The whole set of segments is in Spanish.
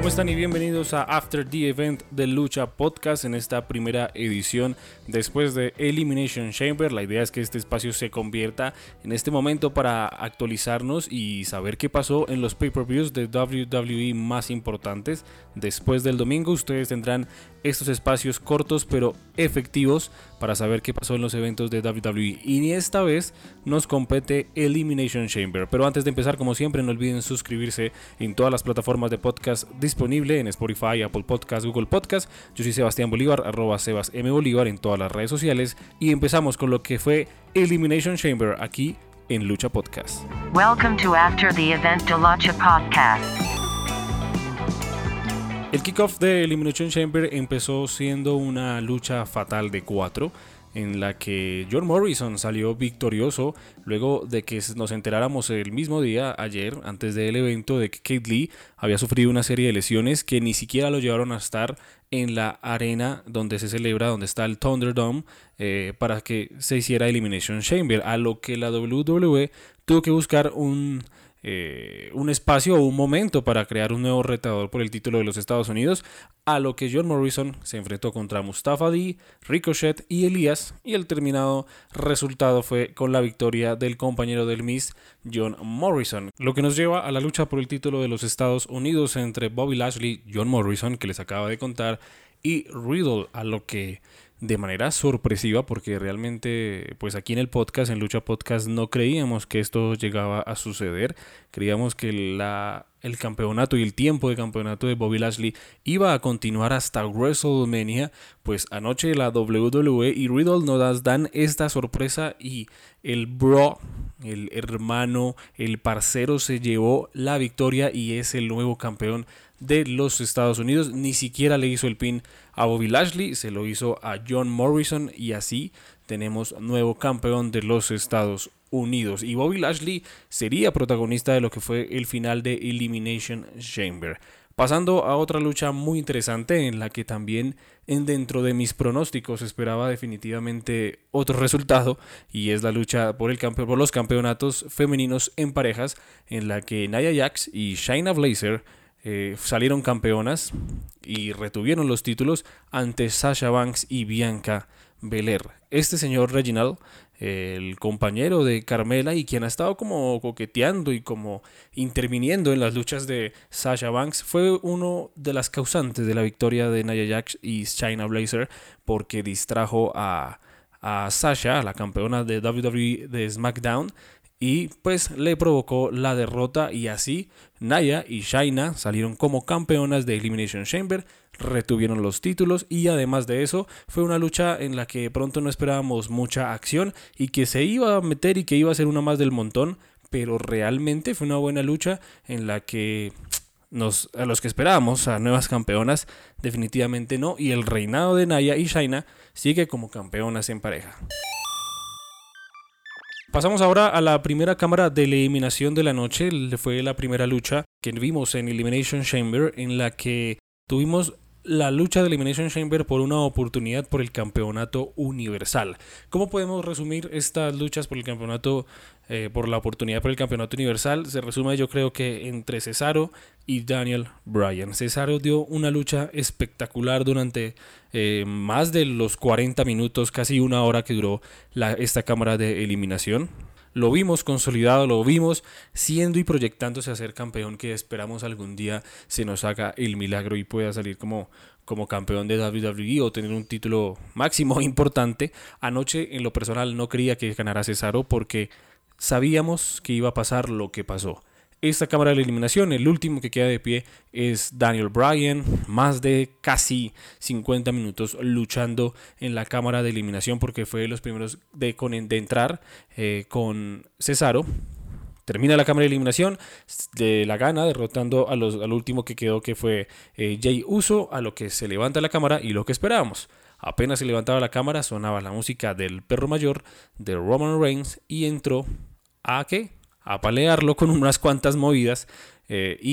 están? Y bienvenidos a After the Event de Lucha Podcast en esta primera edición después de Elimination Chamber. La idea es que este espacio se convierta en este momento para actualizarnos y saber qué pasó en los pay-per-views de WWE más importantes. Después del domingo ustedes tendrán estos espacios cortos pero efectivos para saber qué pasó en los eventos de WWE, y esta vez nos compete Elimination Chamber. Pero antes de empezar, como siempre, no olviden suscribirse en todas las plataformas de podcast disponible en Spotify, Apple Podcast, Google Podcast. Yo soy Sebastián Bolívar, @SebasMBolívar en todas las redes sociales, y empezamos con lo que fue Elimination Chamber aquí en Lucha Podcast. Welcome to After the Event de Lucha Podcast. El kickoff de Elimination Chamber empezó siendo una lucha fatal de 4 en la que John Morrison salió victorioso luego de que nos enteráramos el mismo día, ayer, antes del evento, de que Keith Lee había sufrido una serie de lesiones que ni siquiera lo llevaron a estar en la arena donde se celebra, donde está el Thunderdome, para que se hiciera Elimination Chamber, a lo que la WWE tuvo que buscar un espacio o un momento para crear un nuevo retador por el título de los Estados Unidos, a lo que John Morrison se enfrentó contra Mustafa Ali, Ricochet y Elias, y el terminado resultado fue con la victoria del compañero del Miz, John Morrison, lo que nos lleva a la lucha por el título de los Estados Unidos entre Bobby Lashley, John Morrison, que les acaba de contar, y Riddle, a lo que de manera sorpresiva, porque realmente pues aquí en el podcast, en Lucha Podcast, no creíamos que esto llegaba a suceder. Creíamos que el campeonato y el tiempo de campeonato de Bobby Lashley iba a continuar hasta WrestleMania. Pues anoche la WWE y Riddle nos dan esta sorpresa, y el bro, el hermano, el parcero, se llevó la victoria y es el nuevo campeón de los Estados Unidos. Ni siquiera le hizo el pin a Bobby Lashley, se lo hizo a John Morrison, y así tenemos nuevo campeón de los Estados Unidos. Y Bobby Lashley sería protagonista de lo que fue el final de Elimination Chamber. Pasando a otra lucha muy interesante en la que también dentro de mis pronósticos esperaba definitivamente otro resultado, y es la lucha por los campeonatos femeninos en parejas, en la que Nia Jax y Shayna Baszler salieron campeonas y retuvieron los títulos ante Sasha Banks y Bianca Belair. Este señor Reginald, el compañero de Carmela y quien ha estado como coqueteando y como interviniendo en las luchas de Sasha Banks, fue uno de las causantes de la victoria de Nia Jax y Shayna Baszler, porque distrajo a Sasha, la campeona de WWE de SmackDown, y pues le provocó la derrota, y así Nia y Shayna salieron como campeonas de Elimination Chamber, retuvieron los títulos, y además de eso fue una lucha en la que pronto no esperábamos mucha acción y que se iba a meter y que iba a ser una más del montón, pero realmente fue una buena lucha en la que a los que esperábamos, a nuevas campeonas, definitivamente no, y el reinado de Nia y Shayna sigue como campeonas en pareja. Pasamos ahora a la primera cámara de eliminación de la noche. Fue la primera lucha que vimos en Elimination Chamber, en la que tuvimos la lucha de Elimination Chamber por una oportunidad por el campeonato universal. ¿Cómo podemos resumir estas luchas por el campeonato, por la oportunidad por el campeonato universal? Se resume, yo creo, que entre Cesaro y Daniel Bryan. Cesaro dio una lucha espectacular durante más de los 40 minutos, casi una hora que duró esta cámara de eliminación. Lo vimos consolidado, lo vimos siendo y proyectándose a ser campeón, que esperamos algún día se nos haga el milagro y pueda salir como campeón de WWE o tener un título máximo importante. Anoche, en lo personal, no creía que ganara Cesaro porque sabíamos que iba a pasar lo que pasó. Esta cámara de eliminación, el último que queda de pie es Daniel Bryan, más de casi 50 minutos luchando en la cámara de eliminación, porque fue de los primeros de entrar con Cesaro. Termina la cámara de eliminación, la gana derrotando al último que quedó, que fue Jey Uso, a lo que se levanta la cámara y lo que esperábamos. Apenas se levantaba la cámara, sonaba la música del perro mayor de Roman Reigns y entró a palearlo con unas cuantas movidas, y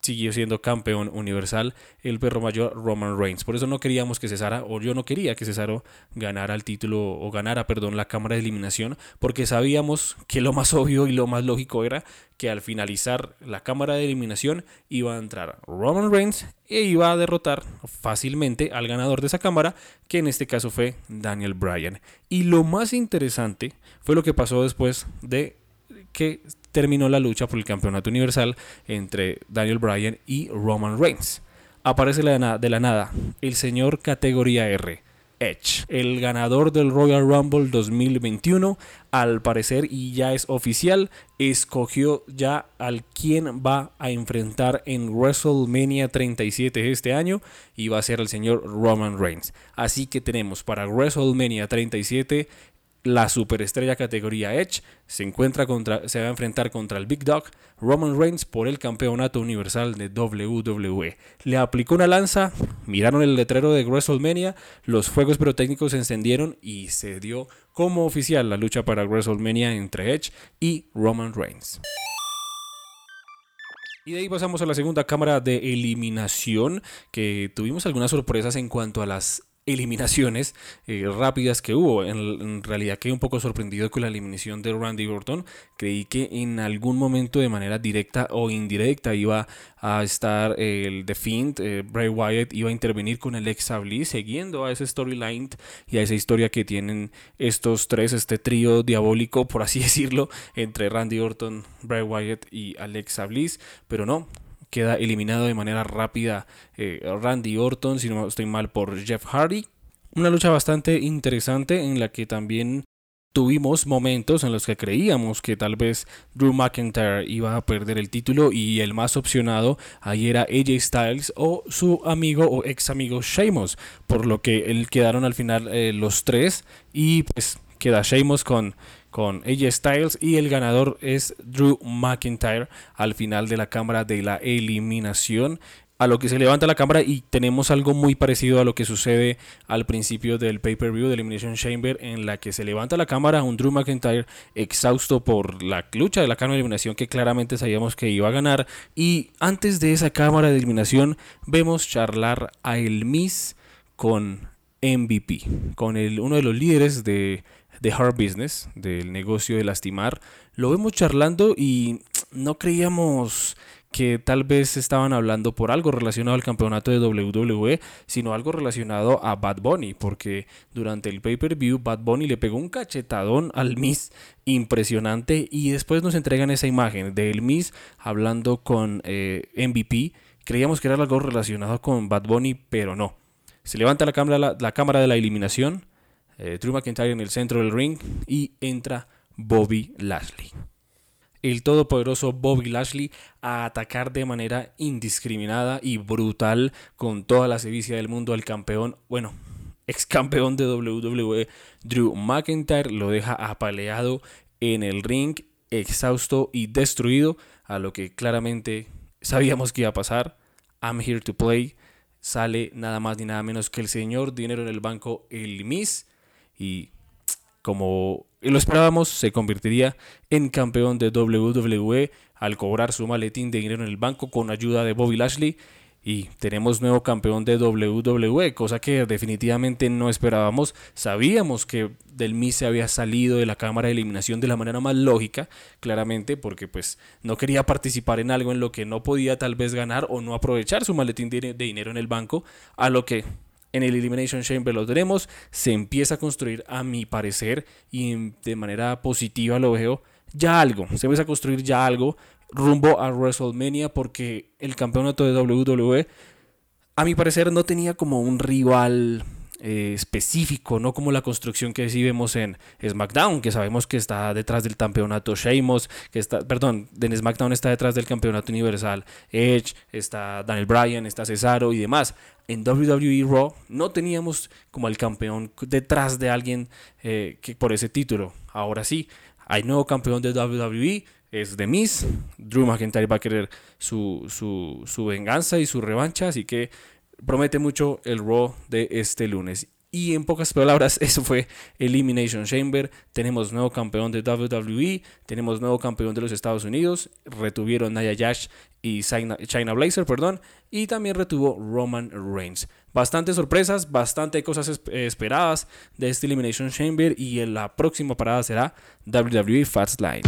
siguió siendo campeón universal el perro mayor Roman Reigns. Por eso no queríamos que Cesaro, o yo no quería que Cesaro ganara el título, o ganara, perdón, la cámara de eliminación, porque sabíamos que lo más obvio y lo más lógico era que al finalizar la cámara de eliminación iba a entrar Roman Reigns e iba a derrotar fácilmente al ganador de esa cámara, que en este caso fue Daniel Bryan. Y lo más interesante fue lo que pasó después de que terminó la lucha por el campeonato universal entre Daniel Bryan y Roman Reigns. Aparece de la nada el señor categoría R, Edge, el ganador del Royal Rumble 2021, al parecer, y ya es oficial, escogió ya al quien va a enfrentar en WrestleMania 37 este año, y va a ser el señor Roman Reigns. Así que tenemos para WrestleMania 37 la superestrella categoría Edge se va a enfrentar contra el Big Dog Roman Reigns por el campeonato universal de WWE. Le aplicó una lanza, miraron el letrero de WrestleMania, los fuegos pirotécnicos se encendieron y se dio como oficial la lucha para WrestleMania entre Edge y Roman Reigns. Y de ahí pasamos a la segunda cámara de eliminación, que tuvimos algunas sorpresas en cuanto a las eliminaciones rápidas que hubo. En realidad quedé un poco sorprendido con la eliminación de Randy Orton. Creí que en algún momento de manera directa o indirecta iba a estar el The Fiend, Bray Wyatt iba a intervenir con el Alexa Bliss, siguiendo a ese storyline y a esa historia que tienen estos tres, este trío diabólico, por así decirlo, entre Randy Orton, Bray Wyatt y Alexa Bliss, pero no. Queda eliminado de manera rápida Randy Orton, si no estoy mal, por Jeff Hardy. Una lucha bastante interesante en la que también tuvimos momentos en los que creíamos que tal vez Drew McIntyre iba a perder el título, y el más opcionado ahí era AJ Styles o su amigo o ex amigo Sheamus, por lo que quedaron al final los tres, y pues queda Sheamus con AJ Styles, y el ganador es Drew McIntyre al final de la cámara de la eliminación. A lo que se levanta la cámara y tenemos algo muy parecido a lo que sucede al principio del pay-per-view de Elimination Chamber, en la que se levanta la cámara, un Drew McIntyre exhausto por la lucha de la cámara de eliminación que claramente sabíamos que iba a ganar, y antes de esa cámara de eliminación vemos charlar a El Miz con MVP, con uno de los líderes de Hard Business, del negocio de lastimar. Lo vemos charlando y no creíamos que tal vez estaban hablando por algo relacionado al campeonato de WWE, sino algo relacionado a Bad Bunny, porque durante el pay-per-view Bad Bunny le pegó un cachetadón al Miz impresionante, y después nos entregan esa imagen de El Miz hablando con MVP. Creíamos que era algo relacionado con Bad Bunny, pero no. Se levanta la cámara de la eliminación, Drew McIntyre en el centro del ring, y entra Bobby Lashley. El todopoderoso Bobby Lashley a atacar de manera indiscriminada y brutal con toda la sevicia del mundo al campeón, ex campeón de WWE, Drew McIntyre. Lo deja apaleado en el ring, exhausto y destruido, a lo que claramente sabíamos que iba a pasar. I'm here to play. Sale nada más ni nada menos que el señor dinero en el banco, El Miz, y como lo esperábamos, se convertiría en campeón de WWE al cobrar su maletín de dinero en el banco con ayuda de Bobby Lashley, y tenemos nuevo campeón de WWE, cosa que definitivamente no esperábamos. Sabíamos que Del Miz se había salido de la cámara de eliminación de la manera más lógica, claramente porque pues no quería participar en algo en lo que no podía tal vez ganar o no aprovechar su maletín de dinero en el banco, a lo que en el Elimination Chamber lo tenemos. Se empieza a construir, a mi parecer, y de manera positiva lo veo, se empieza a construir ya algo rumbo a WrestleMania, porque el campeonato de WWE, a mi parecer, no tenía como un rival específico, no como la construcción que sí vemos en SmackDown, que sabemos que está detrás del campeonato Sheamus, en SmackDown está detrás del campeonato universal Edge, está Daniel Bryan, está Cesaro y demás. En WWE Raw no teníamos como el campeón detrás de alguien que por ese título. Ahora sí, hay nuevo campeón de WWE, es The Miz. Drew McIntyre va a querer su venganza y su revancha, así que promete mucho el Raw de este lunes. Y en pocas palabras, eso fue Elimination Chamber. Tenemos nuevo campeón de WWE, tenemos nuevo campeón de los Estados Unidos, retuvieron Nia Jax y Shayna Baszler, y también retuvo Roman Reigns. Bastantes sorpresas, bastante cosas esperadas de este Elimination Chamber, y en la próxima parada será WWE Fastlane.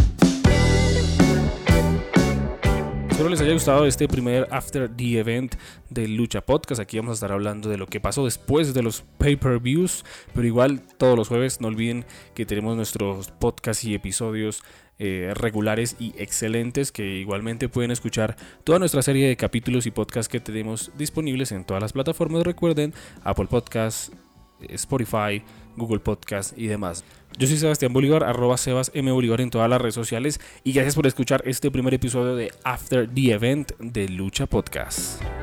Espero les haya gustado este primer After the Event de Lucha Podcast. Aquí vamos a estar hablando de lo que pasó después de los pay-per-views, pero igual todos los jueves no olviden que tenemos nuestros podcasts y episodios regulares y excelentes, que igualmente pueden escuchar toda nuestra serie de capítulos y podcasts que tenemos disponibles en todas las plataformas. Recuerden, Apple Podcasts, Spotify, Google Podcast y demás. Yo soy Sebastián Bolívar, @SebasMBolívar en todas las redes sociales, y gracias por escuchar este primer episodio de After the Event de Lucha Podcast.